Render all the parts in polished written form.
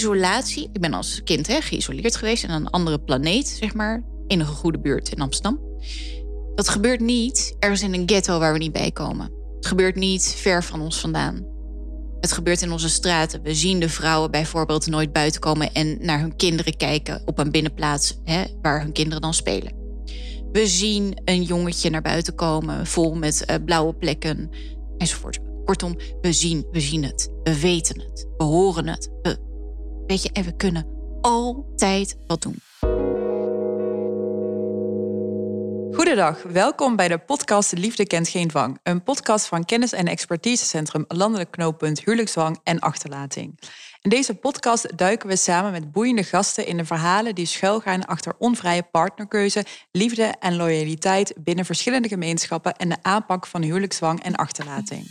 isolatie. Ik ben als kind geïsoleerd geweest in een andere planeet, zeg maar. In een goede buurt in Amsterdam. Dat gebeurt niet ergens in een ghetto waar we niet bij komen. Het gebeurt niet ver van ons vandaan. Het gebeurt in onze straten. We zien de vrouwen bijvoorbeeld nooit buiten komen en naar hun kinderen kijken op een binnenplaats waar hun kinderen dan spelen. We zien een jongetje naar buiten komen vol met blauwe plekken enzovoort. Kortom, we zien het. We weten het. We horen het. En we kunnen altijd wat doen. Goedendag, welkom bij de podcast Liefde kent geen dwang. Een podcast van kennis- en expertisecentrum Landelijk Knooppunt Huwelijksdwang en Achterlating. In deze podcast duiken we samen met boeiende gasten in de verhalen die schuilgaan achter onvrije partnerkeuze, liefde en loyaliteit binnen verschillende gemeenschappen en de aanpak van huwelijksdwang en achterlating.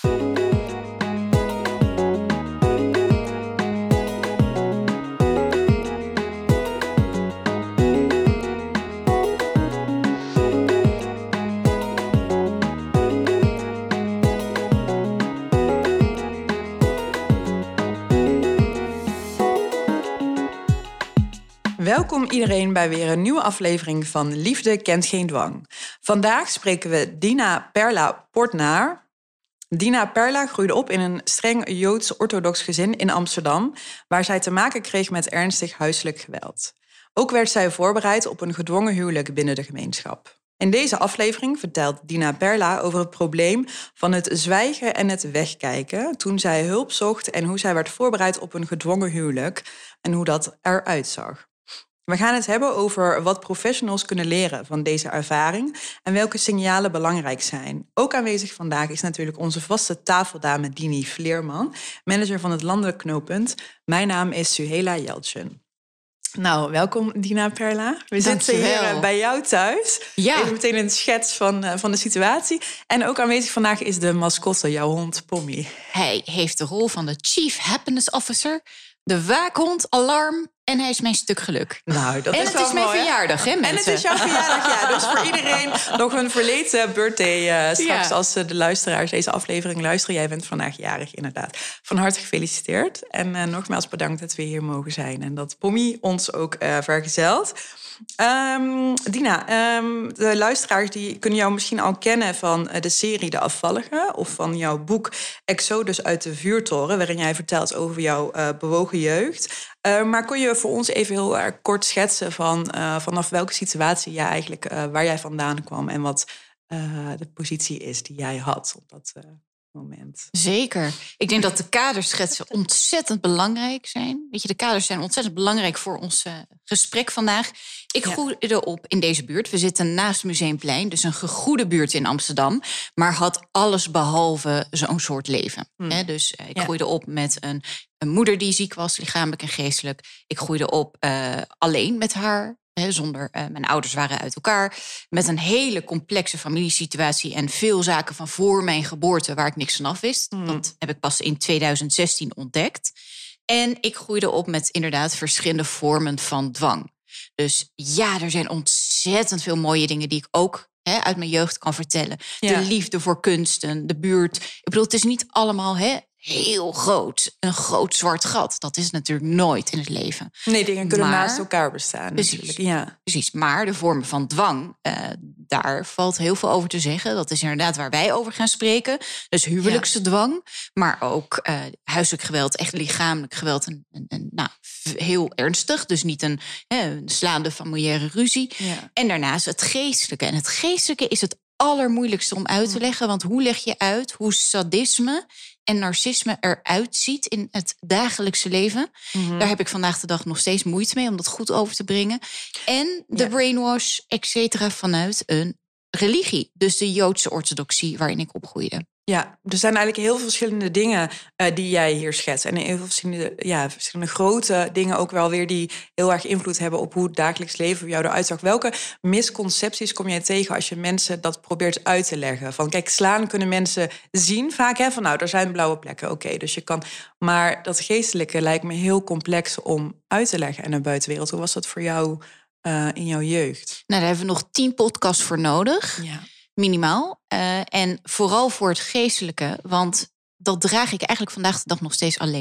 Welkom iedereen bij weer een nieuwe aflevering van Liefde kent geen dwang. Vandaag spreken we Dina Perla Portnaar. Dina Perla groeide op in een streng Joods-orthodox gezin in Amsterdam, waar zij te maken kreeg met ernstig huiselijk geweld. Ook werd zij voorbereid op een gedwongen huwelijk binnen de gemeenschap. In deze aflevering vertelt Dina Perla over het probleem van het zwijgen en het wegkijken toen zij hulp zocht en hoe zij werd voorbereid op een gedwongen huwelijk en hoe dat eruit zag. We gaan het hebben over wat professionals kunnen leren van deze ervaring en welke signalen belangrijk zijn. Ook aanwezig vandaag is natuurlijk onze vaste tafeldame Dini Vleerman, manager van het Landelijk Knooppunt. Mijn naam is Suhela Jeltjen. Nou, welkom Dina Perla. We zitten hier bij jou thuis. Ja. Even meteen een schets van de situatie. En ook aanwezig vandaag is de mascotte, jouw hond Pommy. Hij heeft de rol van de Chief Happiness Officer, de waakhond, alarm en hij is mijn stuk geluk. Nou, dat en is het wel is mijn mooi, verjaardag, hè mensen? En het is jouw verjaardag, ja. Dus voor iedereen nog een verleden birthday straks als de luisteraars deze aflevering luisteren. Jij bent vandaag jarig, inderdaad. Van harte gefeliciteerd. En nogmaals bedankt dat we hier mogen zijn. En dat Pommy ons ook vergezelt. Dina, de luisteraars die kunnen jou misschien al kennen van de serie De Afvallige of van jouw boek Exodus uit de vuurtoren, waarin jij vertelt over jouw bewogen jeugd. Maar kun je voor ons even heel erg kort schetsen vanaf welke situatie jij eigenlijk waar jij vandaan kwam en wat de positie is die jij had op dat moment? Zeker. Ik denk dat de kaderschetsen ontzettend belangrijk zijn. Weet je, de kaders zijn ontzettend belangrijk voor ons gesprek vandaag. Ik groeide op in deze buurt. We zitten naast Museumplein, dus een gegoede buurt in Amsterdam. Maar had alles behalve zo'n soort leven. Dus ik groeide op met een moeder die ziek was, lichamelijk en geestelijk. Ik groeide op alleen met haar. Zonder mijn ouders waren uit elkaar. Met een hele complexe familiesituatie en veel zaken van voor mijn geboorte waar ik niks van af wist. Dat heb ik pas in 2016 ontdekt. En ik groeide op met inderdaad verschillende vormen van dwang. Dus ja, er zijn ontzettend veel mooie dingen die ik ook uit mijn jeugd kan vertellen. Ja. De liefde voor kunsten, de buurt. Ik bedoel, het is niet allemaal heel groot. Een groot zwart gat. Dat is natuurlijk nooit in het leven. Nee, dingen kunnen naast elkaar bestaan. Precies, ja. Precies. Maar de vormen van dwang, daar valt heel veel over te zeggen. Dat is inderdaad waar wij over gaan spreken. Dus huwelijkse dwang, maar ook huiselijk geweld, echt lichamelijk geweld. En heel ernstig. Dus niet een slaande familiaire ruzie. Ja. En daarnaast het geestelijke. En het geestelijke is het allermoeilijkste om uit te leggen. Want hoe leg je uit hoe sadisme en narcisme eruit ziet in het dagelijkse leven? Daar heb ik vandaag de dag nog steeds moeite mee om dat goed over te brengen. En de brainwash, et cetera, vanuit een religie. Dus de Joodse orthodoxie waarin ik opgroeide. Ja, er zijn eigenlijk heel veel verschillende dingen die jij hier schetst. En heel veel verschillende grote dingen ook wel weer die heel erg invloed hebben op hoe het dagelijks leven voor jou eruit zag. Welke misconcepties kom jij tegen als je mensen dat probeert uit te leggen? Van kijk, slaan kunnen mensen zien vaak. Van er zijn blauwe plekken. Oké, dus je kan. Maar dat geestelijke lijkt me heel complex om uit te leggen aan de buitenwereld. Hoe was dat voor jou in jouw jeugd? Nou, daar hebben we nog 10 podcasts voor nodig. Ja. Minimaal. En vooral voor het geestelijke. Want dat draag ik eigenlijk vandaag de dag nog steeds alleen.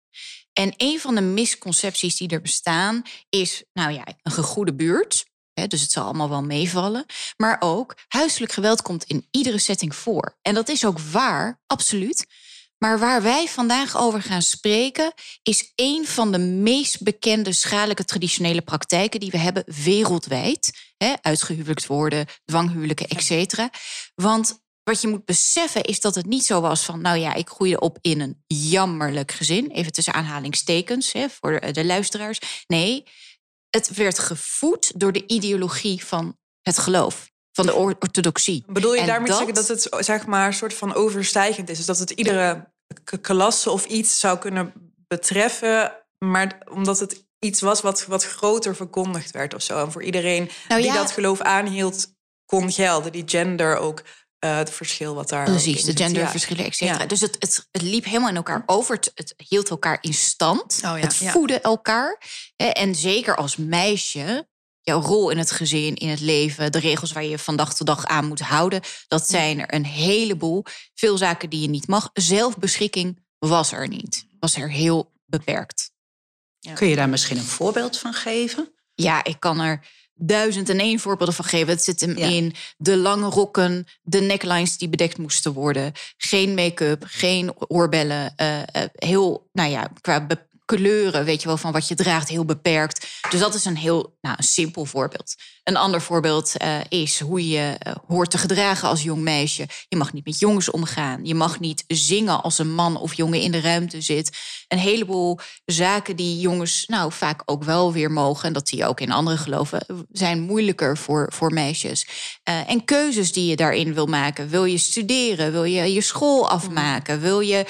En een van de misconcepties die er bestaan is, een gegoede buurt. Dus het zal allemaal wel meevallen. Maar ook, huiselijk geweld komt in iedere setting voor. En dat is ook waar, absoluut. Maar waar wij vandaag over gaan spreken, is een van de meest bekende schadelijke traditionele praktijken die we hebben wereldwijd. Uitgehuwelijkt worden, dwanghuwelijken, et cetera. Want wat je moet beseffen is dat het niet zo was van, ik groeide op in een jammerlijk gezin. Even tussen aanhalingstekens voor de luisteraars. Nee, het werd gevoed door de ideologie van het geloof. Van de orthodoxie. Bedoel je daarmee te zeggen dat het zeg maar een soort van overstijgend is? Dus dat het iedere klasse of iets zou kunnen betreffen, maar omdat het iets was wat groter verkondigd werd of zo. En voor iedereen die dat geloof aanhield, kon gelden. Die gender ook, het verschil wat daar... Precies, de genderverschillen, et cetera. Ja. Dus het liep helemaal in elkaar over. Het hield elkaar in stand. Het voedde elkaar. En zeker als meisje, jouw rol in het gezin, in het leven, de regels waar je van dag tot dag aan moet houden, dat zijn er een heleboel. Veel zaken die je niet mag. Zelfbeschikking was er niet. Was er heel beperkt. Ja. Kun je daar misschien een voorbeeld van geven? Ja, ik kan er 1001 voorbeelden van geven. Het zit hem in de lange rokken, de necklines die bedekt moesten worden, geen make-up, geen oorbellen, heel, qua kleuren, weet je wel, van wat je draagt, heel beperkt. Dus dat is een heel een simpel voorbeeld. Een ander voorbeeld is hoe je hoort te gedragen als jong meisje. Je mag niet met jongens omgaan. Je mag niet zingen als een man of jongen in de ruimte zit. Een heleboel zaken die jongens vaak ook wel weer mogen, en dat zie je ook in andere geloven, zijn moeilijker voor meisjes. En keuzes die je daarin wil maken. Wil je studeren? Wil je je school afmaken? Wil je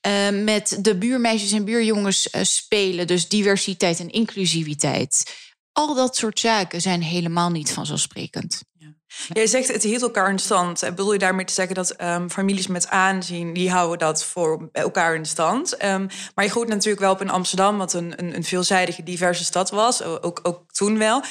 met de buurmeisjes en buurjongens spelen? Dus diversiteit en inclusiviteit. Al dat soort zaken zijn helemaal niet vanzelfsprekend. Ja. Jij zegt het hield elkaar in stand. Bedoel je daarmee te zeggen dat families met aanzien, die houden dat voor elkaar in stand? Maar je groeit natuurlijk wel op in Amsterdam, wat een veelzijdige, diverse stad was. Ook toen wel.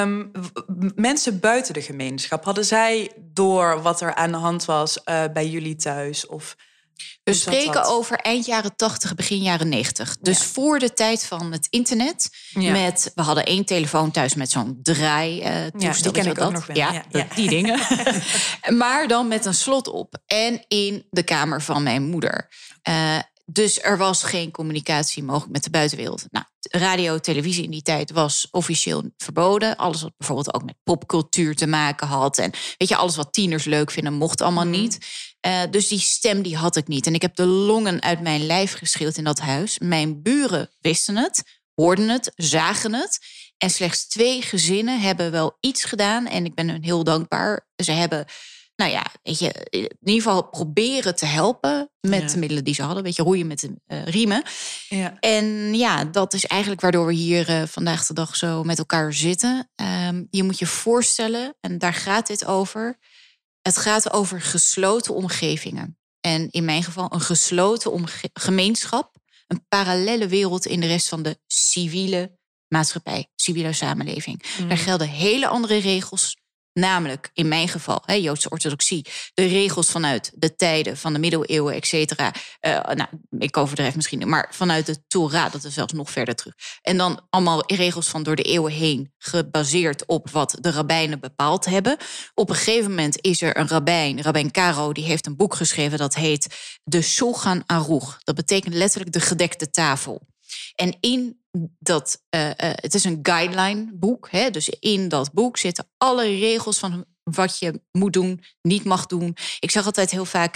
Mensen buiten de gemeenschap, hadden zij door wat er aan de hand was bij jullie thuis? Of we spreken over eind jaren 80, begin jaren 90. Dus voor de tijd van het internet. We hadden 1 telefoon thuis met zo'n draai-toestel. Die ken ik ook nog wel. Ja. Die dingen. Maar dan met een slot op. En in de kamer van mijn moeder. Dus er was geen communicatie mogelijk met de buitenwereld. Radio, televisie in die tijd was officieel verboden. Alles wat bijvoorbeeld ook met popcultuur te maken had. En weet je, alles wat tieners leuk vinden, mocht allemaal niet. Dus die stem die had ik niet. En ik heb de longen uit mijn lijf geschreeuwd in dat huis. Mijn buren wisten het, hoorden het, zagen het. En slechts 2 gezinnen hebben wel iets gedaan. En ik ben hun heel dankbaar. Ze hebben, weet je, in ieder geval proberen te helpen met de middelen die ze hadden. Weet je, roeien met de riemen. Ja. En dat is eigenlijk waardoor we hier vandaag de dag zo met elkaar zitten. Je moet je voorstellen, en daar gaat dit over. Het gaat over gesloten omgevingen. En in mijn geval een gesloten gemeenschap. Een parallelle wereld in de rest van de civiele maatschappij. Civiele samenleving. Daar gelden hele andere regels. Namelijk, in mijn geval, Joodse orthodoxie, de regels vanuit de tijden van de middeleeuwen, et cetera. Ik overdrijf misschien, maar vanuit de Torah, dat is zelfs nog verder terug. En dan allemaal regels van door de eeuwen heen, gebaseerd op wat de rabbijnen bepaald hebben. Op een gegeven moment is er een rabbijn Karo, die heeft een boek geschreven dat heet de Shulchan Aruch. Dat betekent letterlijk de gedekte tafel. En in dat, het is een guideline boek. Dus in dat boek zitten alle regels van wat je moet doen, niet mag doen. Ik zeg altijd heel vaak,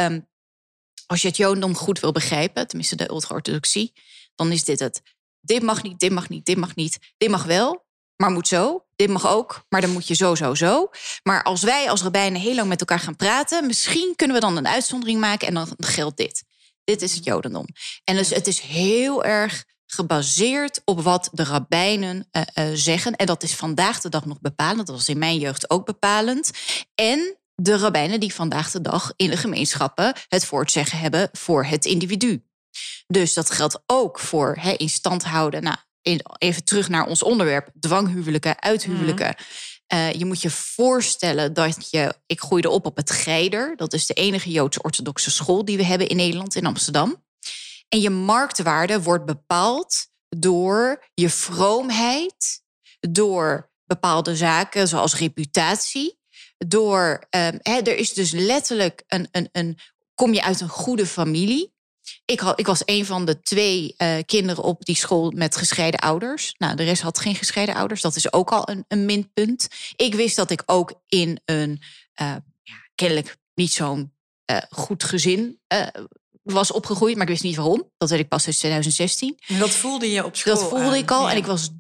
als je het Jodendom goed wil begrijpen, tenminste de ultra-orthodoxie, dan is dit het. Dit mag niet, dit mag niet, dit mag niet. Dit mag wel, maar moet zo. Dit mag ook, maar dan moet je zo. Maar als wij als rabbijnen heel lang met elkaar gaan praten, misschien kunnen we dan een uitzondering maken en dan geldt dit. Dit is het Jodendom. En dus het is heel erg gebaseerd op wat de rabbijnen zeggen. En dat is vandaag de dag nog bepalend. Dat was in mijn jeugd ook bepalend. En de rabbijnen die vandaag de dag in de gemeenschappen het voortzeggen hebben voor het individu. Dus dat geldt ook voor in stand houden. Even terug naar ons onderwerp. Dwanghuwelijken, uithuwelijken. Je moet je voorstellen dat ik groeide op het Geider. Dat is de enige Joodse orthodoxe school die we hebben in Nederland, in Amsterdam. En je marktwaarde wordt bepaald door je vroomheid, door bepaalde zaken zoals reputatie, door er is dus letterlijk kom je uit een goede familie. Ik was een van de 2 kinderen op die school met gescheiden ouders. Nou, de rest had geen gescheiden ouders. Dat is ook al een minpunt. Ik wist dat ik ook in een kennelijk niet zo'n goed gezin was opgegroeid. Maar ik wist niet waarom. Dat weet ik pas sinds 2016. En dat voelde je op school? Dat voelde ik al. Ja. En ik was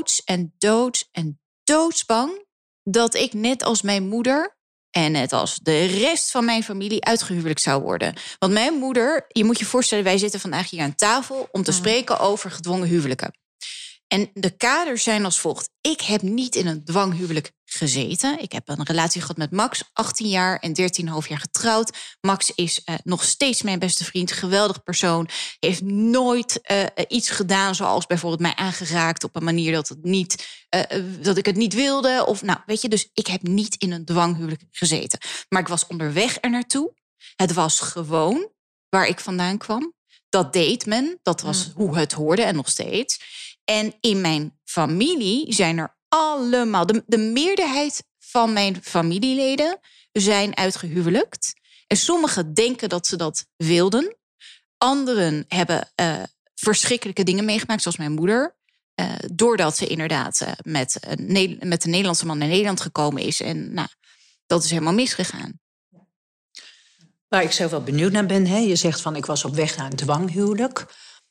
doodsbang dat ik net als mijn moeder en net als de rest van mijn familie uitgehuwelijkd zou worden. Want mijn moeder, je moet je voorstellen, wij zitten vandaag hier aan tafel om te spreken over gedwongen huwelijken. En de kaders zijn als volgt. Ik heb niet in een dwanghuwelijk gezeten. Ik heb een relatie gehad met Max, 18 jaar en 13,5 jaar getrouwd. Max is nog steeds mijn beste vriend, geweldig persoon. Heeft nooit iets gedaan zoals bijvoorbeeld mij aangeraakt op een manier dat ik het niet wilde. Of nou, weet je, dus ik heb niet in een dwanghuwelijk gezeten. Maar ik was onderweg er naartoe. Het was gewoon waar ik vandaan kwam. Dat deed men, dat was hoe het hoorde en nog steeds. En in mijn familie zijn er allemaal... De meerderheid van mijn familieleden zijn uitgehuwelijkt. En sommigen denken dat ze dat wilden. Anderen hebben verschrikkelijke dingen meegemaakt, zoals mijn moeder. Doordat ze inderdaad met een Nederlandse man naar Nederland gekomen is. En nou, dat is helemaal misgegaan. Waar ik zelf wel benieuwd naar ben, je zegt van ik was op weg naar een dwanghuwelijk.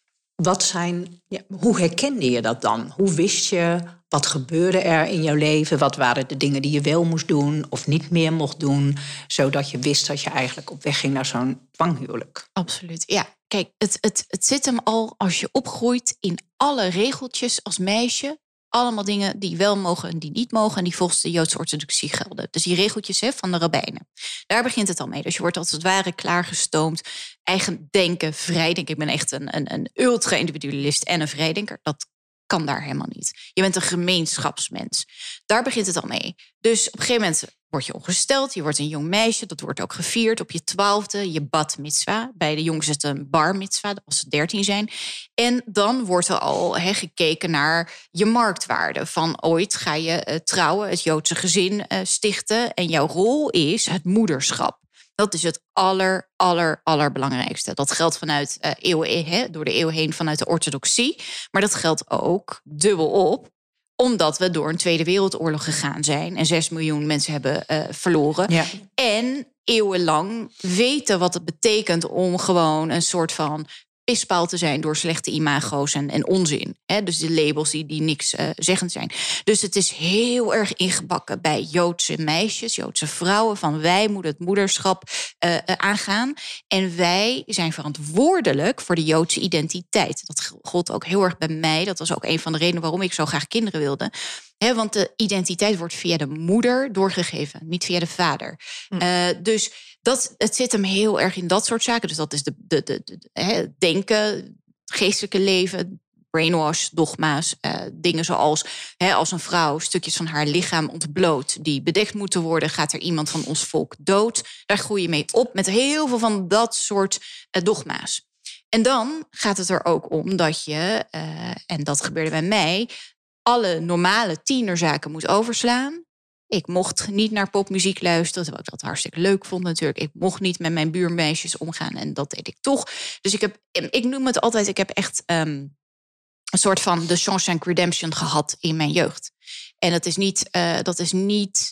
Hoe herkende je dat dan? Hoe wist je, wat gebeurde er in jouw leven? Wat waren de dingen die je wel moest doen of niet meer mocht doen? Zodat je wist dat je eigenlijk op weg ging naar zo'n dwanghuwelijk. Absoluut, ja. Kijk, het zit hem al als je opgroeit in alle regeltjes als meisje. Allemaal dingen die wel mogen en die niet mogen. En die volgens de Joodse orthodoxie gelden. Dus die regeltjes van de rabbijnen. Daar begint het al mee. Dus je wordt als het ware klaargestoomd. Eigen denken, vrijdenken. Ik ben echt een ultra-individualist en een vrijdenker. Dat kan daar helemaal niet. Je bent een gemeenschapsmens. Daar begint het al mee. Dus op een gegeven moment word je ongesteld. Je wordt een jong meisje. Dat wordt ook gevierd op je 12e. Je bat mitzwa. Bij de jongens is het een bar mitzwa, als ze 13 zijn. En dan wordt er al gekeken naar je marktwaarde. Van ooit ga je trouwen, het Joodse gezin stichten. En jouw rol is het moederschap. Dat is het allerbelangrijkste. Dat geldt vanuit eeuwen, door de eeuw heen vanuit de orthodoxie. Maar dat geldt ook dubbel op, omdat we door een Tweede Wereldoorlog gegaan zijn. En 6 miljoen mensen hebben verloren. Ja. En eeuwenlang weten wat het betekent om gewoon een soort van pispaal te zijn door slechte imago's en onzin. Dus de labels die niks zeggend zijn. Dus het is heel erg ingebakken bij Joodse meisjes, Joodse vrouwen, van wij moeten het moederschap aangaan. En wij zijn verantwoordelijk voor de Joodse identiteit. Dat gold ook heel erg bij mij. Dat was ook een van de redenen waarom ik zo graag kinderen wilde. Want de identiteit wordt via de moeder doorgegeven, niet via de vader. Dus het zit hem heel erg in dat soort zaken. Dus dat is denken, geestelijke leven, brainwash, dogma's. Dingen zoals als een vrouw stukjes van haar lichaam ontbloot die bedekt moeten worden, gaat er iemand van ons volk dood. Daar groei je mee op met heel veel van dat soort dogma's. En dan gaat het er ook om dat je, en dat gebeurde bij mij, alle normale tienerzaken moet overslaan. Ik mocht niet naar popmuziek luisteren, terwijl ik dat hartstikke leuk vond natuurlijk. Ik mocht niet met mijn buurmeisjes omgaan en dat deed ik toch. Dus ik noem het altijd, ik heb echt een soort van The Shawshank Redemption gehad in mijn jeugd. En dat is niet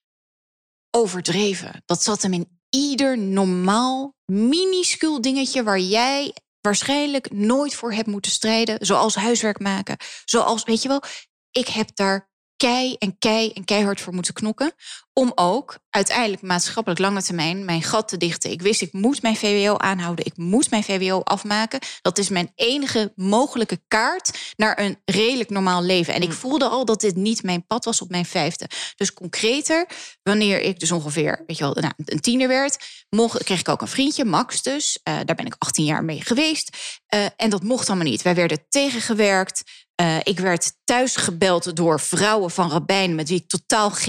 overdreven. Dat zat hem in ieder normaal, minuscuul dingetje waar jij waarschijnlijk nooit voor hebt moeten strijden. Zoals huiswerk maken. Zoals, weet je wel, ik heb daar keihard voor moeten knokken. Om ook uiteindelijk maatschappelijk lange termijn mijn gat te dichten. Ik wist, ik moet mijn VWO aanhouden. Ik moet mijn VWO afmaken. Dat is mijn enige mogelijke kaart naar een redelijk normaal leven. En ik voelde al dat dit niet mijn pad was op mijn 5e. Dus concreter, wanneer ik dus ongeveer een tiener werd, kreeg ik ook een vriendje, Max dus. Daar ben ik 18 jaar mee geweest. En dat mocht allemaal niet. Wij werden tegengewerkt. Ik werd thuis gebeld door vrouwen van rabbijnen met wie ik totaal geen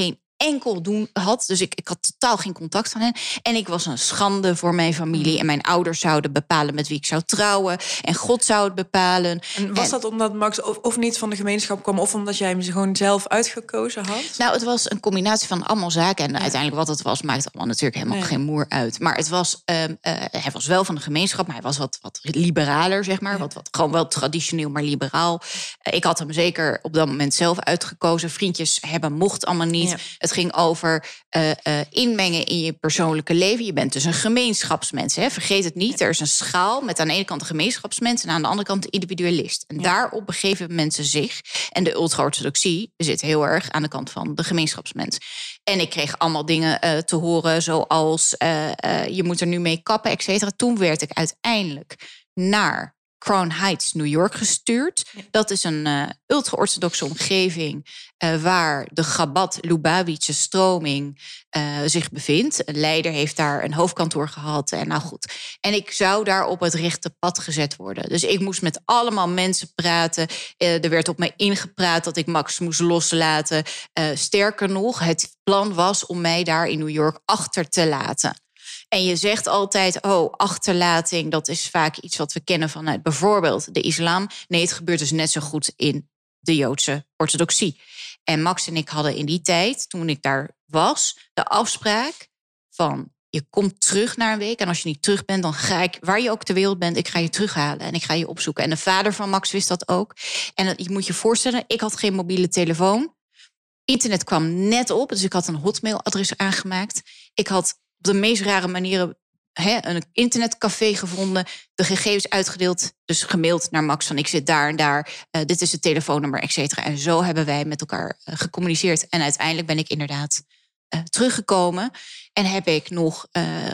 enkel doen had. Dus ik had totaal geen contact van hen. En ik was een schande voor mijn familie. En mijn ouders zouden bepalen met wie ik zou trouwen. En God zou het bepalen. En was dat omdat Max of niet van de gemeenschap kwam... of omdat jij hem gewoon zelf uitgekozen had? Nou, het was een combinatie van allemaal zaken. En uiteindelijk wat het was, maakt allemaal natuurlijk helemaal geen moer uit. Maar het was, hij was wel van de gemeenschap, maar hij was wat liberaler, zeg maar. Gewoon wel traditioneel, maar liberaal. Ik had hem zeker op dat moment zelf uitgekozen. Vriendjes hebben mocht allemaal niet. Ja. Het ging over inmengen in je persoonlijke leven. Je bent dus een gemeenschapsmens. Hè? Vergeet het niet. Er is een schaal met aan de ene kant de gemeenschapsmens... en aan de andere kant de individualist. En daarop begeven mensen zich. En de ultra-orthodoxie zit heel erg aan de kant van de gemeenschapsmens. En ik kreeg allemaal dingen te horen, zoals... je moet er nu mee kappen, et cetera. Toen werd ik uiteindelijk naar Crown Heights, New York gestuurd. Ja. Dat is een ultra-orthodoxe omgeving... waar de Chabad Lubavitche stroming zich bevindt. Een leider heeft daar een hoofdkantoor gehad. En nou goed. En ik zou daar op het rechte pad gezet worden. Dus ik moest met allemaal mensen praten. Er werd op mij ingepraat dat ik Max moest loslaten. Sterker nog, het plan was om mij daar in New York achter te laten. En je zegt altijd, achterlating, dat is vaak iets wat we kennen vanuit bijvoorbeeld de islam. Nee, het gebeurt dus net zo goed in de Joodse orthodoxie. En Max en ik hadden in die tijd, toen ik daar was, de afspraak van... je komt terug na een week en als je niet terug bent... dan ga ik, waar je ook ter wereld bent, ik ga je terughalen en ik ga je opzoeken. En de vader van Max wist dat ook. En je moet je voorstellen, ik had geen mobiele telefoon. Internet kwam net op, dus ik had een Hotmail-adres aangemaakt. Ik had op de meest rare manieren een internetcafé gevonden, de gegevens uitgedeeld, dus gemaild naar Max van ik zit daar en daar, dit is het telefoonnummer, et cetera. En zo hebben wij met elkaar gecommuniceerd. En uiteindelijk ben ik inderdaad teruggekomen en heb ik nog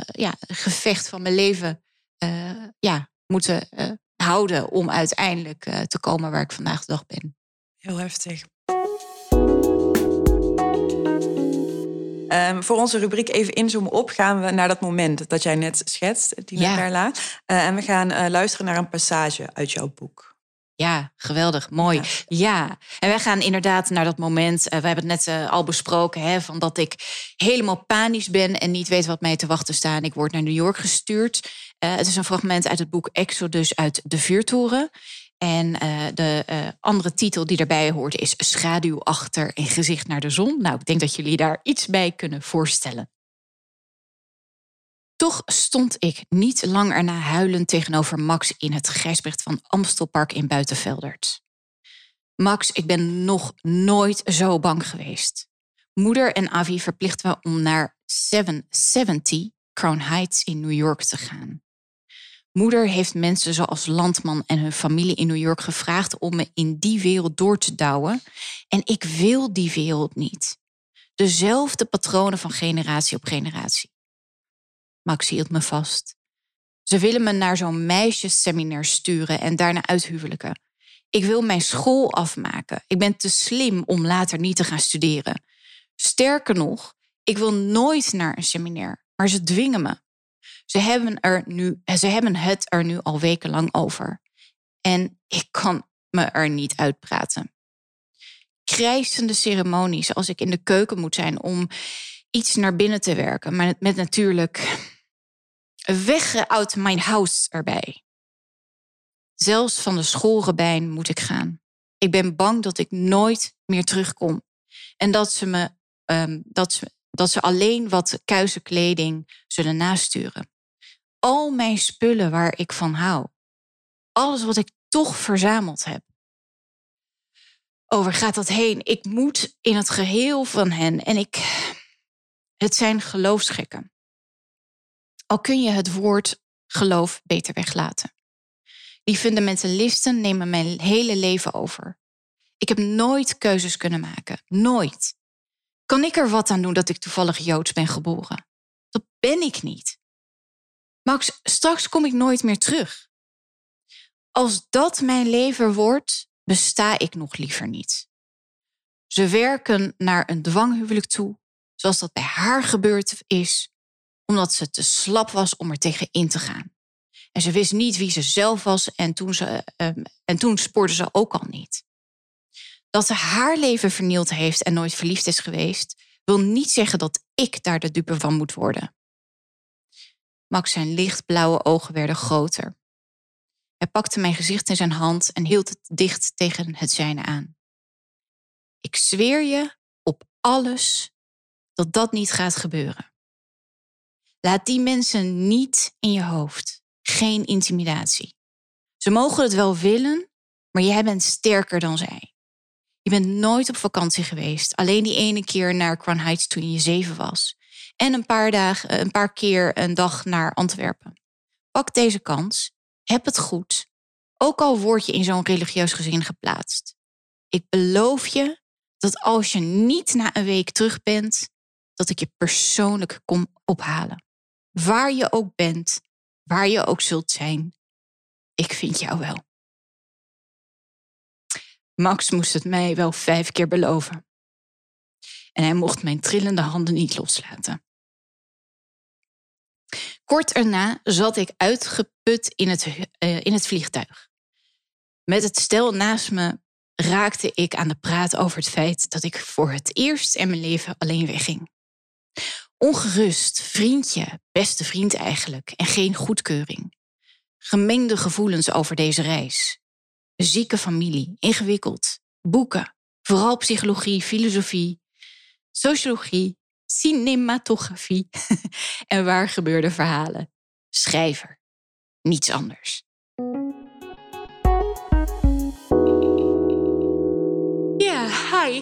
gevecht van mijn leven moeten houden om uiteindelijk te komen waar ik vandaag de dag ben. Heel heftig. Voor onze rubriek even inzoomen op gaan we naar dat moment dat jij net schetst, Dina Perla. En we gaan luisteren naar een passage uit jouw boek. Ja, geweldig, mooi. Ja, en wij gaan inderdaad naar dat moment. We hebben het net al besproken, van dat ik helemaal panisch ben en niet weet wat mij te wachten staat. Ik word naar New York gestuurd. Het is een fragment uit het boek Exodus uit de vuurtoren. En de andere titel die daarbij hoort is Schaduw achter en gezicht naar de zon. Nou, ik denk dat jullie daar iets bij kunnen voorstellen. Toch stond ik niet lang erna huilend tegenover Max in het Gijsbrecht van Amstelpark in Buitenveldert. Max, ik ben nog nooit zo bang geweest. Moeder en Avi verplichten me om naar 770 Crown Heights in New York te gaan. Moeder heeft mensen zoals Landman en hun familie in New York gevraagd om me in die wereld door te douwen. En ik wil die wereld niet. Dezelfde patronen van generatie op generatie. Max hield me vast. Ze willen me naar zo'n meisjesseminar sturen en daarna uithuwelijken. Ik wil mijn school afmaken. Ik ben te slim om later niet te gaan studeren. Sterker nog, ik wil nooit naar een seminar, maar ze dwingen me. Ze hebben het er nu al wekenlang over. En ik kan me er niet uitpraten. Krijsende ceremonies als ik in de keuken moet zijn om iets naar binnen te werken. Maar met natuurlijk weg uit mijn huis erbij. Zelfs van de schoolrebijn moet ik gaan. Ik ben bang dat ik nooit meer terugkom. En dat ze alleen wat kuise kleding zullen nasturen. Al mijn spullen waar ik van hou. Alles wat ik toch verzameld heb. Waar gaat dat heen? Ik moet in het geheel van hen. En het zijn geloofsgekken. Al kun je het woord geloof beter weglaten. Die fundamentalisten nemen mijn hele leven over. Ik heb nooit keuzes kunnen maken. Nooit. Kan ik er wat aan doen dat ik toevallig Joods ben geboren? Dat ben ik niet. Max, straks kom ik nooit meer terug. Als dat mijn leven wordt, besta ik nog liever niet. Ze werken naar een dwanghuwelijk toe, zoals dat bij haar gebeurd is, omdat ze te slap was om er tegen in te gaan. En ze wist niet wie ze zelf was en toen spoorde ze ook al niet. Dat ze haar leven vernield heeft en nooit verliefd is geweest, wil niet zeggen dat ik daar de dupe van moet worden. Max zijn lichtblauwe ogen werden groter. Hij pakte mijn gezicht in zijn hand en hield het dicht tegen het zijne aan. Ik zweer je op alles dat dat niet gaat gebeuren. Laat die mensen niet in je hoofd. Geen intimidatie. Ze mogen het wel willen, maar jij bent sterker dan zij. Je bent nooit op vakantie geweest. Alleen die ene keer naar Crown Heights toen je 7 was. En een paar keer een dag naar Antwerpen. Pak deze kans. Heb het goed. Ook al word je in zo'n religieus gezin geplaatst. Ik beloof je dat als je niet na een week terug bent, dat ik je persoonlijk kom ophalen. Waar je ook bent, waar je ook zult zijn. Ik vind jou wel. Max moest het mij wel 5 keer beloven. En hij mocht mijn trillende handen niet loslaten. Kort erna zat ik uitgeput in het vliegtuig. Met het stel naast me raakte ik aan de praat over het feit dat ik voor het eerst in mijn leven alleen wegging. Ongerust, vriendje, beste vriend eigenlijk, en geen goedkeuring. Gemengde gevoelens over deze reis. Zieke familie, ingewikkeld, boeken, vooral psychologie, filosofie, sociologie, cinematografie en waar gebeurde verhalen. Schrijver, niets anders. Ja, hi.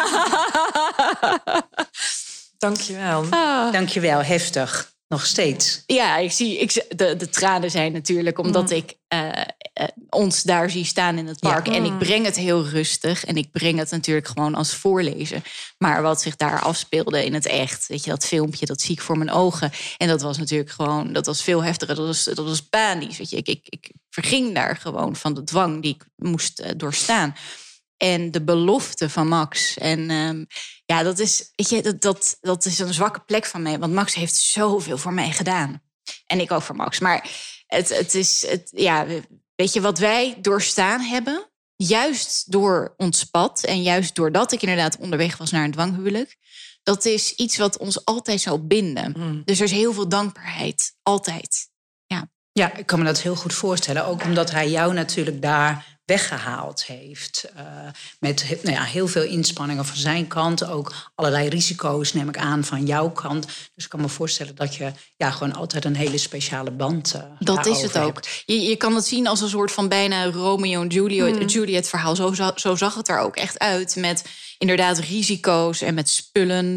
Dankjewel. Dankjewel, heftig. Nog steeds. Ja, de tranen zijn natuurlijk omdat ik ons daar zie staan in het park. En ik breng het heel rustig. En ik breng het natuurlijk gewoon als voorlezen. Maar wat zich daar afspeelde in het echt. Weet je, dat filmpje, dat zie ik voor mijn ogen. En dat was natuurlijk gewoon, dat was veel heftiger. Dat was panisch. Weet je, ik verging daar gewoon van de dwang die ik moest doorstaan. En de belofte van Max. En dat is, weet je, dat is een zwakke plek van mij. Want Max heeft zoveel voor mij gedaan. En ik ook voor Max. Maar weet je, wat wij doorstaan hebben, juist door ons pad en juist doordat ik inderdaad onderweg was naar een dwanghuwelijk, dat is iets wat ons altijd zal binden. Dus er is heel veel dankbaarheid. Altijd. Ja, ik kan me dat heel goed voorstellen. Ook omdat hij jou natuurlijk daar weggehaald heeft. Met heel veel inspanningen van zijn kant. Ook allerlei risico's neem ik aan van jouw kant. Dus ik kan me voorstellen dat je gewoon altijd een hele speciale band dat is het ook. Je kan het zien als een soort van bijna Romeo en Juliet verhaal. Zo zag het er ook echt uit. Met inderdaad risico's en met spullen.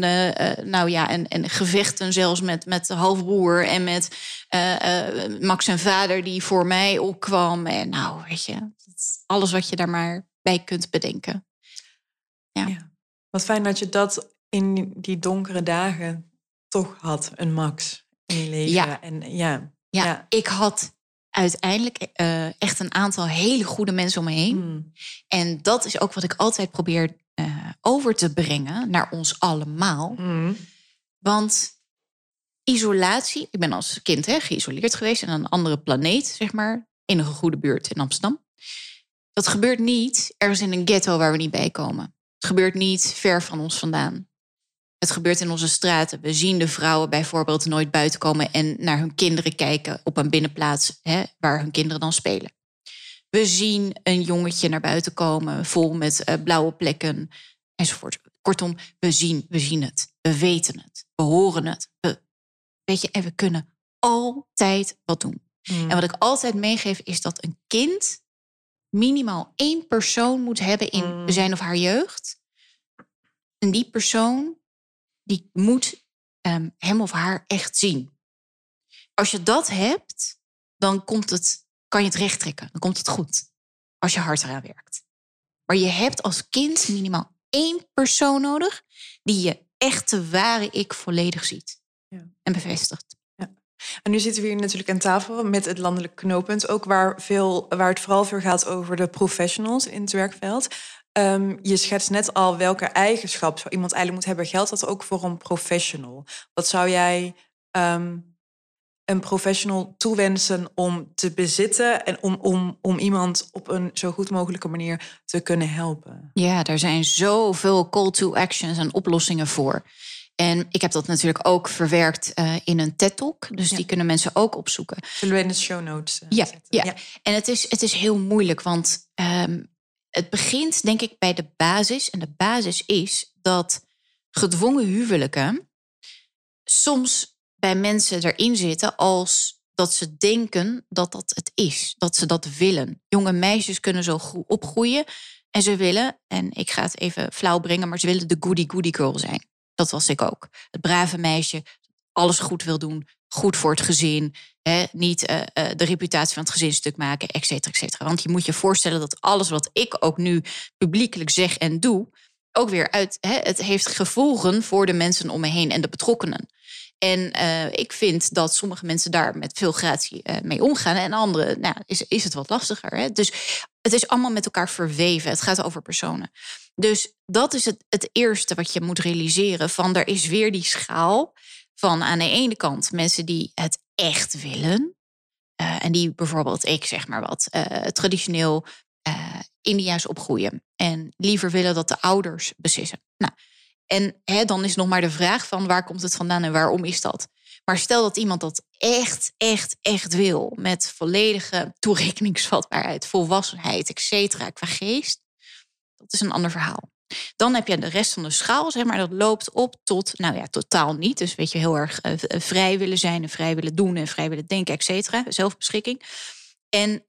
En gevechten zelfs met de halfbroer. En met Max en vader die voor mij opkwam. En nou, weet je, alles wat je daar maar bij kunt bedenken. Ja. Wat fijn dat je dat in die donkere dagen toch had, een Max in je leven. Ja, ik had uiteindelijk echt een aantal hele goede mensen om me heen. En dat is ook wat ik altijd probeer over te brengen naar ons allemaal. Want isolatie, ik ben als kind geïsoleerd geweest in een andere planeet, zeg maar, in een goede buurt in Amsterdam. Dat gebeurt niet ergens in een ghetto waar we niet bij komen. Het gebeurt niet ver van ons vandaan. Het gebeurt in onze straten. We zien de vrouwen bijvoorbeeld nooit buiten komen en naar hun kinderen kijken op een binnenplaats waar hun kinderen dan spelen. We zien een jongetje naar buiten komen vol met blauwe plekken enzovoort. Kortom, we zien het. We weten het. We horen het. En we kunnen altijd wat doen. En wat ik altijd meegeef is dat een kind minimaal 1 persoon moet hebben in zijn of haar jeugd. En die persoon die moet hem of haar echt zien. Als je dat hebt, dan kan je het recht trekken. Dan komt het goed. Als je hard eraan werkt. Maar je hebt als kind minimaal 1 persoon nodig die je echte ware ik volledig ziet. En bevestigt. Ja. En nu zitten we hier natuurlijk aan tafel met het landelijk knooppunt. Ook waar het vooral veel gaat over de professionals in het werkveld. Je schetst net al welke eigenschap zou iemand eigenlijk moet hebben. Geldt dat ook voor een professional? Wat zou jij een professional toewensen om te bezitten en om iemand op een zo goed mogelijke manier te kunnen helpen? Ja, er zijn zoveel call to actions en oplossingen voor. En ik heb dat natuurlijk ook verwerkt in een TED-talk. Dus die kunnen mensen ook opzoeken. Zullen we in de show notes zetten? Ja. En het is heel moeilijk, want het begint denk ik bij de basis. En de basis is dat gedwongen huwelijken soms bij mensen erin zitten als dat ze denken dat dat het is. Dat ze dat willen. Jonge meisjes kunnen zo opgroeien en ze willen, en ik ga het even flauw brengen, maar ze willen de goody girl zijn. Dat was ik ook. Het brave meisje, alles goed wil doen, goed voor het gezin. Niet de reputatie van het gezin stuk maken, et cetera, et cetera. Want je moet je voorstellen dat alles wat ik ook nu publiekelijk zeg en doe, ook weer het heeft gevolgen voor de mensen om me heen en de betrokkenen. En ik vind dat sommige mensen daar met veel gratie mee omgaan. En anderen is het wat lastiger. Hè? Dus het is allemaal met elkaar verweven. Het gaat over personen. Dus dat is het eerste wat je moet realiseren. Van er is weer die schaal van aan de ene kant mensen die het echt willen. En die bijvoorbeeld, ik zeg maar wat, traditioneel India's opgroeien. En liever willen dat de ouders beslissen. Nou, en dan is nog maar de vraag van waar komt het vandaan en waarom is dat? Maar stel dat iemand dat echt wil. Met volledige toerekeningsvatbaarheid, volwassenheid, et cetera, qua geest. Dat is een ander verhaal. Dan heb je de rest van de schaal, zeg maar, dat loopt op tot, totaal niet. Dus weet je, heel erg vrij willen zijn en vrij willen doen en vrij willen denken, et cetera. Zelfbeschikking. En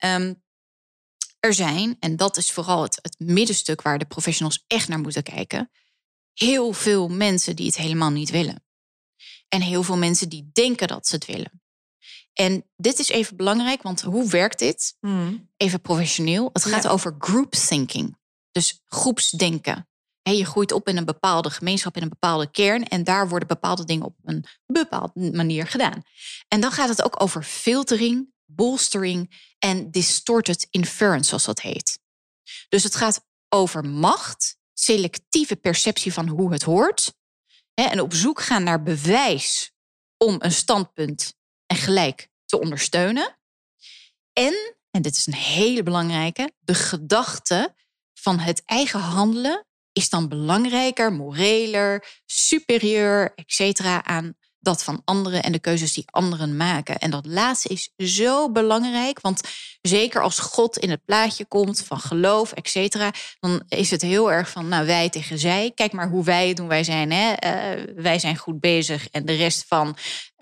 er zijn, en dat is vooral het middenstuk waar de professionals echt naar moeten kijken, heel veel mensen die het helemaal niet willen. En heel veel mensen die denken dat ze het willen. En dit is even belangrijk, want hoe werkt dit? Even professioneel. Het gaat over group thinking. Dus groepsdenken. Je groeit op in een bepaalde gemeenschap, in een bepaalde kern. En daar worden bepaalde dingen op een bepaalde manier gedaan. En dan gaat het ook over filtering, bolstering en distorted inference, zoals dat heet. Dus het gaat over macht, selectieve perceptie van hoe het hoort. En op zoek gaan naar bewijs om een standpunt en gelijk te ondersteunen. En dit is een hele belangrijke, de gedachte van het eigen handelen is dan belangrijker, moreler, superieur, et cetera, aan dat van anderen en de keuzes die anderen maken. En dat laatste is zo belangrijk, want zeker als God in het plaatje komt van geloof, et cetera, dan is het heel erg van wij tegen zij. Kijk maar hoe wij het doen, wij zijn, wij zijn goed bezig en de rest van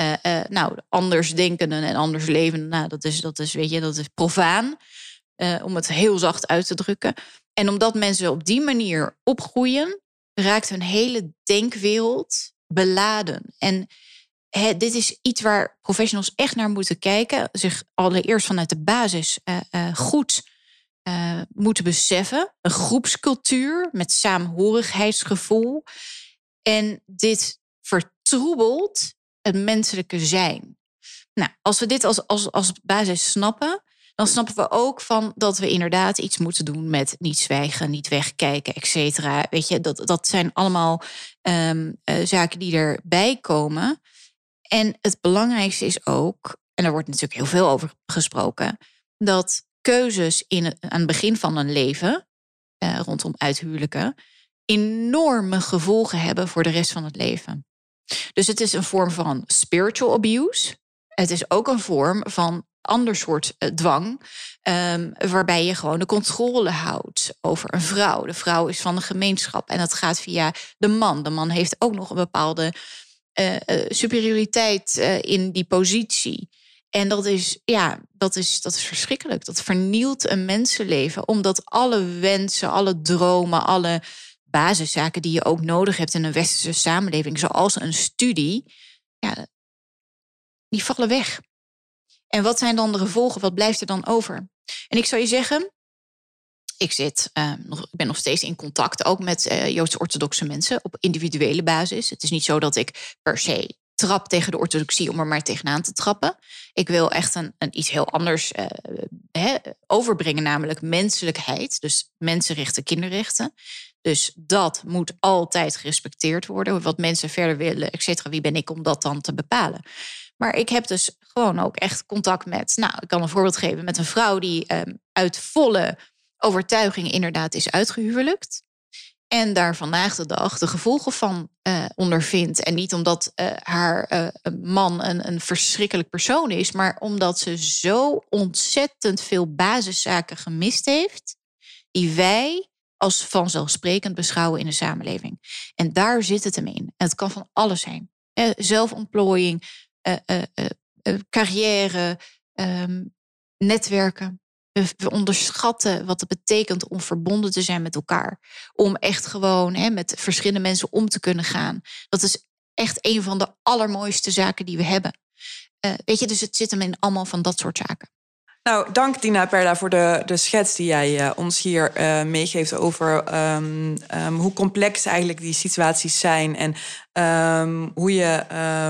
anders denkenden en anders levenden, dat is profaan, om het heel zacht uit te drukken. En omdat mensen op die manier opgroeien, raakt hun hele denkwereld beladen. En dit is iets waar professionals echt naar moeten kijken. Zich allereerst vanuit de basis goed moeten beseffen. Een groepscultuur met saamhorigheidsgevoel. En dit vertroebelt het menselijke zijn. Nou, als we dit als basis snappen, dan snappen we ook van dat we inderdaad iets moeten doen met niet zwijgen, niet wegkijken, et cetera. Weet je, dat zijn allemaal zaken die erbij komen. En het belangrijkste is ook, en daar wordt natuurlijk heel veel over gesproken, dat keuzes aan het begin van een leven, rondom uithuwelijken, enorme gevolgen hebben voor de rest van het leven. Dus het is een vorm van spiritual abuse. Het is ook een vorm van ander soort dwang, waarbij je gewoon de controle houdt over een vrouw. De vrouw is van de gemeenschap en dat gaat via de man. De man heeft ook nog een bepaalde superioriteit in die positie. En dat is verschrikkelijk. Dat vernielt een mensenleven, omdat alle wensen, alle dromen, alle basiszaken die je ook nodig hebt in een westerse samenleving, zoals een studie, die vallen weg. En wat zijn dan de gevolgen? Wat blijft er dan over? En ik zou je zeggen, ik ben nog steeds in contact ook met Joods-orthodoxe mensen op individuele basis. Het is niet zo dat ik per se trap tegen de orthodoxie om er maar tegenaan te trappen. Ik wil echt een iets heel anders overbrengen, namelijk menselijkheid. Dus mensenrechten, kinderrechten. Dus dat moet altijd gerespecteerd worden. Wat mensen verder willen, et cetera. Wie ben ik om dat dan te bepalen? Maar ik heb dus gewoon ook echt contact met, ik kan een voorbeeld geven, met een vrouw die uit volle overtuiging inderdaad is uitgehuwelijkt. En daar vandaag de dag de gevolgen van ondervindt. En niet omdat haar man een verschrikkelijk persoon is, maar omdat ze zo ontzettend veel basiszaken gemist heeft, die wij als vanzelfsprekend beschouwen in de samenleving. En daar zit het hem in. En het kan van alles zijn. Zelfontplooiing, carrière, netwerken. We onderschatten wat het betekent om verbonden te zijn met elkaar. Om echt gewoon met verschillende mensen om te kunnen gaan. Dat is echt een van de allermooiste zaken die we hebben. Weet je, dus het zit hem in allemaal van dat soort zaken. Nou, dank Dina Perla voor de schets die jij ons hier meegeeft over hoe complex eigenlijk die situaties zijn en hoe je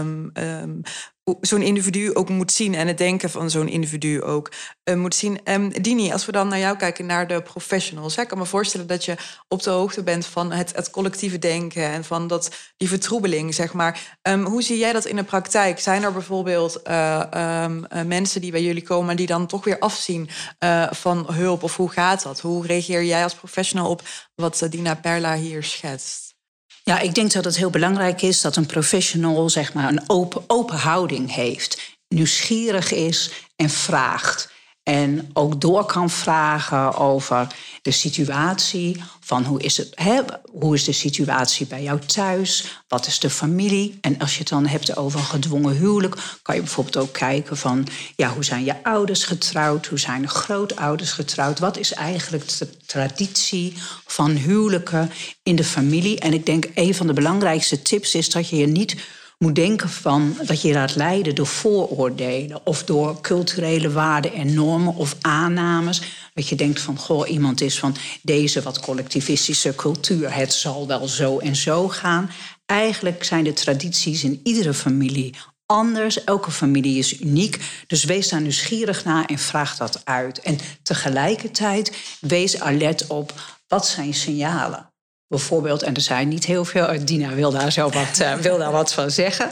zo'n individu ook moet zien en het denken van zo'n individu ook moet zien. Dini, als we dan naar jou kijken, naar de professionals. Ik kan me voorstellen dat je op de hoogte bent van het collectieve denken en van die vertroebeling, zeg maar. Hoe zie jij dat in de praktijk? Zijn er bijvoorbeeld mensen die bij jullie komen die dan toch weer afzien van hulp? Of hoe gaat dat? Hoe reageer jij als professional op wat Dina Perla hier schetst? Ja, ik denk dat het heel belangrijk is dat een professional zeg maar een open houding heeft. Nieuwsgierig is en vraagt. En ook door kan vragen over de situatie. Van hoe is de situatie bij jou thuis? Wat is de familie? En als je het dan hebt over een gedwongen huwelijk, kan je bijvoorbeeld ook kijken van hoe zijn je ouders getrouwd? Hoe zijn de grootouders getrouwd? Wat is eigenlijk de traditie van huwelijken in de familie? En ik denk een van de belangrijkste tips is dat je je niet moet denken van dat je laat leiden door vooroordelen of door culturele waarden en normen of aannames. Dat je denkt van, iemand is van deze wat collectivistische cultuur. Het zal wel zo en zo gaan. Eigenlijk zijn de tradities in iedere familie anders. Elke familie is uniek. Dus wees daar nieuwsgierig naar en vraag dat uit. En tegelijkertijd wees alert op wat zijn signalen. Bijvoorbeeld, en er zijn niet heel veel. Dina wil daar zo wat van zeggen.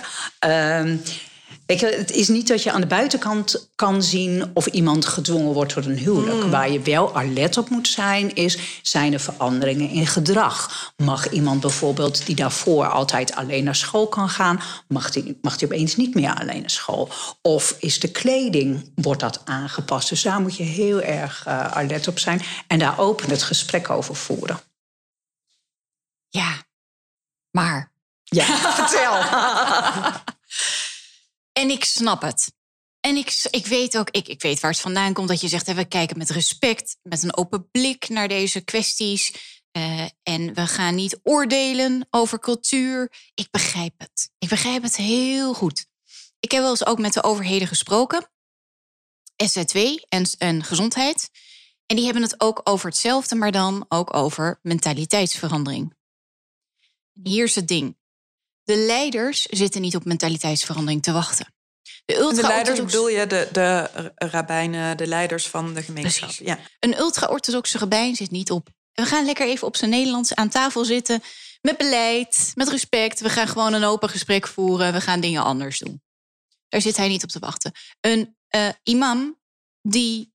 Het is niet dat je aan de buitenkant kan zien of iemand gedwongen wordt tot een huwelijk. Waar je wel alert op moet zijn er veranderingen in gedrag. Mag iemand bijvoorbeeld die daarvoor altijd alleen naar school kan gaan, mag die opeens niet meer alleen naar school? Of is de kleding, wordt dat aangepast? Dus daar moet je heel erg alert op zijn en daar open het gesprek over voeren. Ja, maar. Ja, vertel. En ik snap het. En ik weet ook, ik weet waar het vandaan komt dat je zegt, we kijken met respect, met een open blik naar deze kwesties. En we gaan niet oordelen over cultuur. Ik begrijp het. Ik begrijp het heel goed. Ik heb wel eens ook met de overheden gesproken. SZ2 en gezondheid. En die hebben het ook over hetzelfde, maar dan ook over mentaliteitsverandering. Hier is het ding. De leiders zitten niet op mentaliteitsverandering te wachten. De leiders bedoel je de rabbijnen, de leiders van de gemeenschap. Ja. Een ultra-orthodoxe rabbijn zit niet op. We gaan lekker even op zijn Nederlands aan tafel zitten. Met beleid, met respect. We gaan gewoon een open gesprek voeren. We gaan dingen anders doen. Daar zit hij niet op te wachten. Een imam die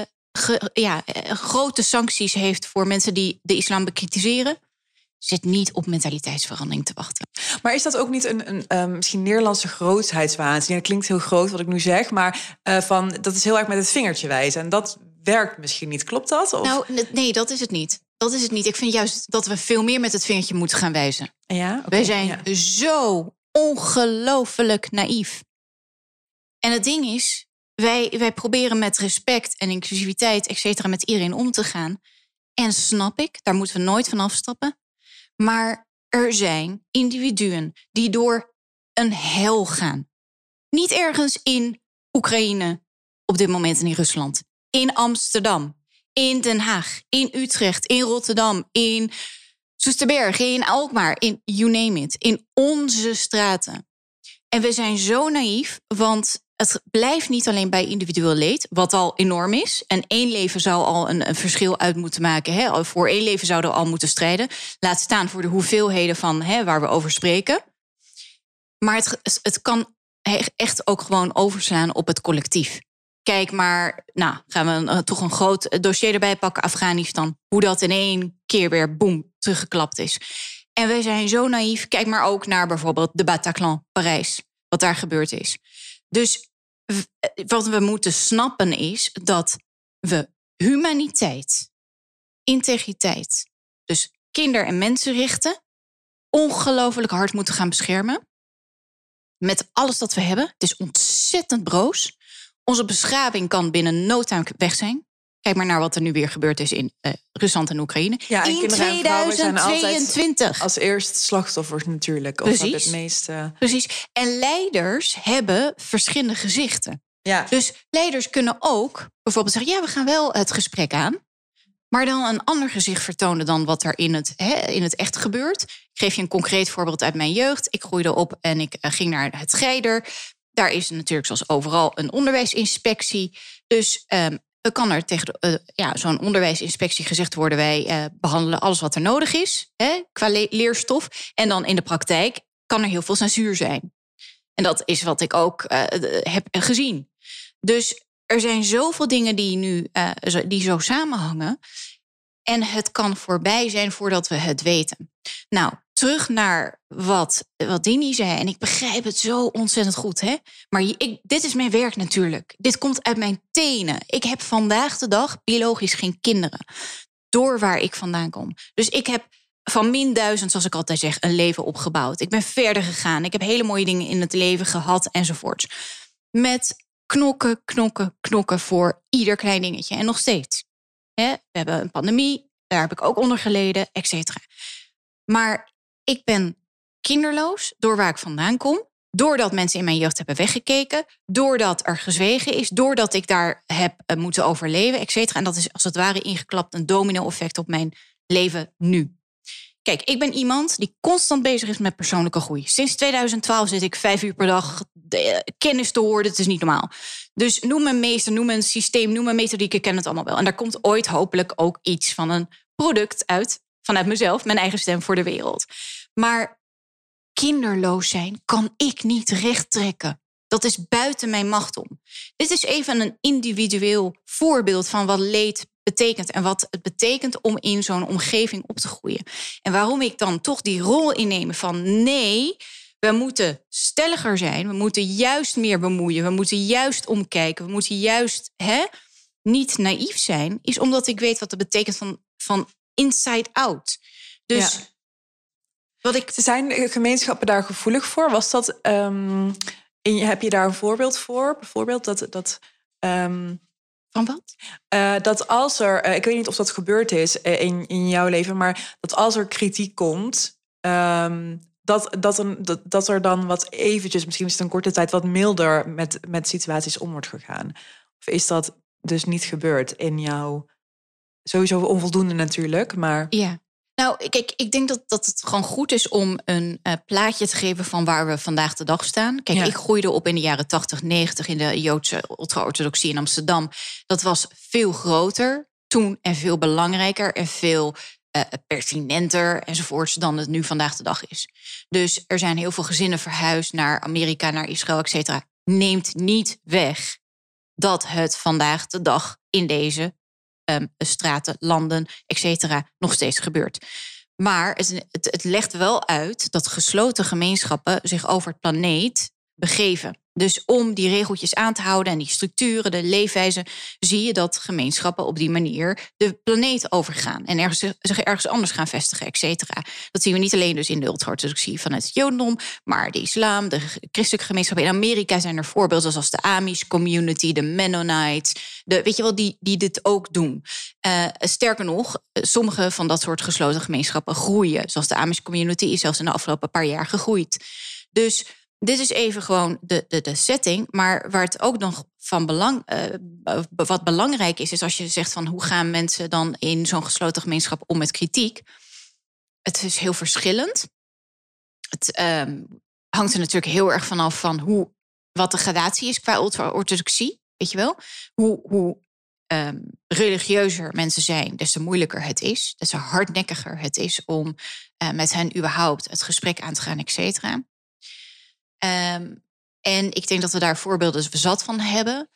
grote sancties heeft voor mensen die de islam bekritiseren, zit niet op mentaliteitsverandering te wachten. Maar is dat ook niet een misschien Nederlandse grootheidswaanzin? Dat klinkt heel groot wat ik nu zeg, maar dat is heel erg met het vingertje wijzen. En dat werkt misschien niet. Klopt dat? Of? Nou, nee, dat is het niet. Dat is het niet. Ik vind juist dat we veel meer met het vingertje moeten gaan wijzen. Ja? Okay, wij zijn zo ongelooflijk naïef. En het ding is, wij proberen met respect en inclusiviteit, et cetera, met iedereen om te gaan. En snap ik, daar moeten we nooit van afstappen. Maar er zijn individuen die door een hel gaan. Niet ergens in Oekraïne op dit moment en in Rusland. In Amsterdam, in Den Haag, in Utrecht, in Rotterdam, in Soesterberg, in Alkmaar, in you name it. In onze straten. En we zijn zo naïef, want het blijft niet alleen bij individueel leed, wat al enorm is. En 1 leven zou al een verschil uit moeten maken. Hè? Voor 1 leven zouden we al moeten strijden. Laat staan voor de hoeveelheden van waar we over spreken. Maar het kan echt ook gewoon overslaan op het collectief. Kijk maar, gaan we toch een groot dossier erbij pakken, Afghanistan. Hoe dat in 1 keer weer, boem, teruggeklapt is. En wij zijn zo naïef. Kijk maar ook naar bijvoorbeeld de Bataclan, Parijs. Wat daar gebeurd is. Dus wat we moeten snappen is dat we humaniteit, integriteit, dus kinder- en mensenrechten, ongelooflijk hard moeten gaan beschermen. Met alles dat we hebben. Het is ontzettend broos. Onze beschaving kan binnen no time weg zijn. Kijk maar naar wat er nu weer gebeurd is in Rusland en Oekraïne. Ja, en in kinderen en vrouwen zijn 2022. altijd als eerst slachtoffers natuurlijk. Precies. Of het meeste. Precies. En leiders hebben verschillende gezichten. Ja. Dus leiders kunnen ook bijvoorbeeld zeggen, ja, we gaan wel het gesprek aan. Maar dan een ander gezicht vertonen dan wat er in het echt gebeurt. Ik geef je een concreet voorbeeld uit mijn jeugd. Ik groeide op en ik ging naar het Geider. Daar is natuurlijk zoals overal een onderwijsinspectie. Dus kan er tegen zo'n onderwijsinspectie gezegd worden, wij behandelen alles wat er nodig is qua leerstof. En dan in de praktijk kan er heel veel censuur zijn. En dat is wat ik ook heb gezien. Dus er zijn zoveel dingen die nu die zo samenhangen. En het kan voorbij zijn voordat we het weten. Nou, terug naar wat Dini zei. En ik begrijp het zo ontzettend goed. Hè? Maar dit is mijn werk natuurlijk. Dit komt uit mijn tenen. Ik heb vandaag de dag biologisch geen kinderen. Door waar ik vandaan kom. Dus ik heb van -1000, zoals ik altijd zeg, een leven opgebouwd. Ik ben verder gegaan. Ik heb hele mooie dingen in het leven gehad enzovoorts. Met knokken voor ieder klein dingetje. En nog steeds. We hebben een pandemie, daar heb ik ook onder geleden, et cetera. Maar ik ben kinderloos door waar ik vandaan kom. Doordat mensen in mijn jeugd hebben weggekeken. Doordat er gezwegen is. Doordat ik daar heb moeten overleven, et cetera. En dat is als het ware ingeklapt een domino-effect op mijn leven nu. Kijk, ik ben iemand die constant bezig is met persoonlijke groei. Sinds 2012 zit ik 5 uur per dag kennis te horen. Het is niet normaal. Dus noem me een meester, noem me een systeem, noem me een methodiek. Ik ken het allemaal wel. En daar komt ooit hopelijk ook iets van een product uit. Vanuit mezelf, mijn eigen stem voor de wereld. Maar kinderloos zijn kan ik niet rechttrekken. Dat is buiten mijn macht om. Dit is even een individueel voorbeeld van wat leed betekent en wat het betekent om in zo'n omgeving op te groeien. En waarom ik dan toch die rol inneem van nee, we moeten stelliger zijn, we moeten juist meer bemoeien, we moeten juist omkijken, we moeten juist niet naïef zijn, is omdat ik weet wat het betekent van inside out. Dus Zijn gemeenschappen daar gevoelig voor? Was dat? Heb je daar een voorbeeld voor? Bijvoorbeeld dat van wat? Dat als er, ik weet niet of dat gebeurd is in jouw leven, maar dat als er kritiek komt, dat er dan wat eventjes, misschien is het een korte tijd, wat milder met situaties om wordt gegaan. Of is dat dus niet gebeurd in jouw, sowieso onvoldoende natuurlijk, maar... Ja. Nou, kijk, ik denk dat het gewoon goed is om een plaatje te geven van waar we vandaag de dag staan. Kijk, ik groeide op in de jaren 80, 90 in de Joodse ultra-orthodoxie in Amsterdam. Dat was veel groter toen en veel belangrijker en veel pertinenter enzovoorts dan het nu vandaag de dag is. Dus er zijn heel veel gezinnen verhuisd naar Amerika, naar Israël, et cetera. Neemt niet weg dat het vandaag de dag in deze straten, landen, et cetera, nog steeds gebeurt. Maar het legt wel uit dat gesloten gemeenschappen zich over het planeet begeven. Dus om die regeltjes aan te houden en die structuren, de leefwijze, zie je dat gemeenschappen op die manier de planeet overgaan en zich ergens anders gaan vestigen, et cetera. Dat zien we niet alleen dus in de ultra-orthodoxie vanuit het Jodendom, maar de islam, de christelijke gemeenschappen. In Amerika zijn er voorbeelden zoals de Amish community, de Mennonites, weet je wel, die dit ook doen. Sterker nog, sommige van dat soort gesloten gemeenschappen groeien. Zoals de Amish community is zelfs in de afgelopen paar jaar gegroeid. Dus dit is even gewoon de setting. Maar waar het ook nog van wat belangrijk is als je zegt van hoe gaan mensen dan in zo'n gesloten gemeenschap om met kritiek? Het is heel verschillend. Het hangt er natuurlijk heel erg vanaf van wat de gradatie is qua ultra-orthodoxie. Weet je wel? Hoe religieuzer mensen zijn, des te moeilijker het is. Des te hardnekkiger het is om met hen überhaupt het gesprek aan te gaan, et cetera. En ik denk dat we daar voorbeelden zat van hebben.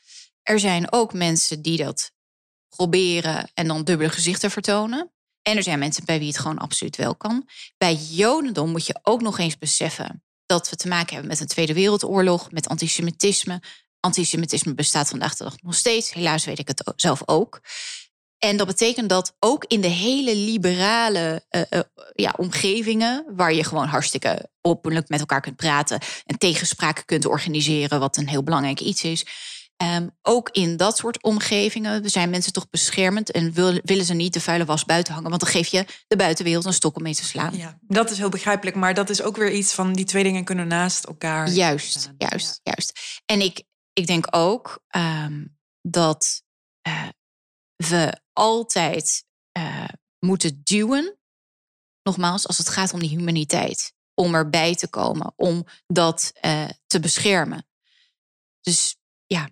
Er zijn ook mensen die dat proberen en dan dubbele gezichten vertonen. En er zijn mensen bij wie het gewoon absoluut wel kan. Bij Jodendom moet je ook nog eens beseffen dat we te maken hebben met een Tweede Wereldoorlog, met antisemitisme. Antisemitisme bestaat vandaag de dag nog steeds. Helaas weet ik het zelf ook. En dat betekent dat ook in de hele liberale omgevingen, waar je gewoon hartstikke openlijk met elkaar kunt praten en tegenspraken kunt organiseren, wat een heel belangrijk iets is. Ook in dat soort omgevingen zijn mensen toch beschermend en willen ze niet de vuile was buiten hangen. Want dan geef je de buitenwereld een stok om mee te slaan. Ja, dat is heel begrijpelijk. Maar dat is ook weer iets van die twee dingen kunnen naast elkaar. Juist. En ik denk ook dat we altijd moeten duwen, nogmaals, als het gaat om die humaniteit. Om erbij te komen, om dat te beschermen. Dus ja,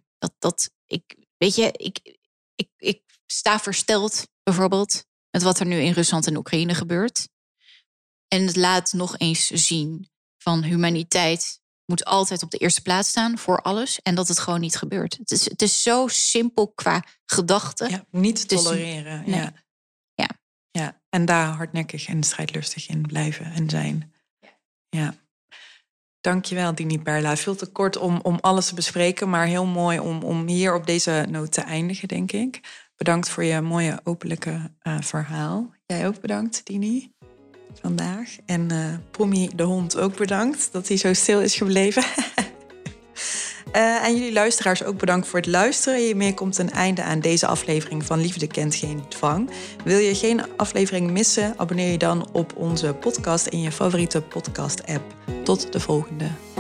ik sta versteld bijvoorbeeld met wat er nu in Rusland en Oekraïne gebeurt. En het laat nog eens zien van humaniteit moet altijd op de eerste plaats staan voor alles. En dat het gewoon niet gebeurt. Het is zo simpel qua gedachte. Ja, niet tolereren. Nee. Ja, en daar hardnekkig en strijdlustig in blijven en zijn. Ja. Dankjewel, Dini Perla. Veel te kort om alles te bespreken, maar heel mooi om hier op deze noot te eindigen, denk ik. Bedankt voor je mooie openlijke verhaal. Jij ook bedankt, Dini, vandaag. En Promi de hond ook bedankt dat hij zo stil is gebleven. En jullie luisteraars ook bedankt voor het luisteren. Hiermee komt een einde aan deze aflevering van Liefde kent geen dwang. Wil je geen aflevering missen? Abonneer je dan op onze podcast in je favoriete podcast-app. Tot de volgende.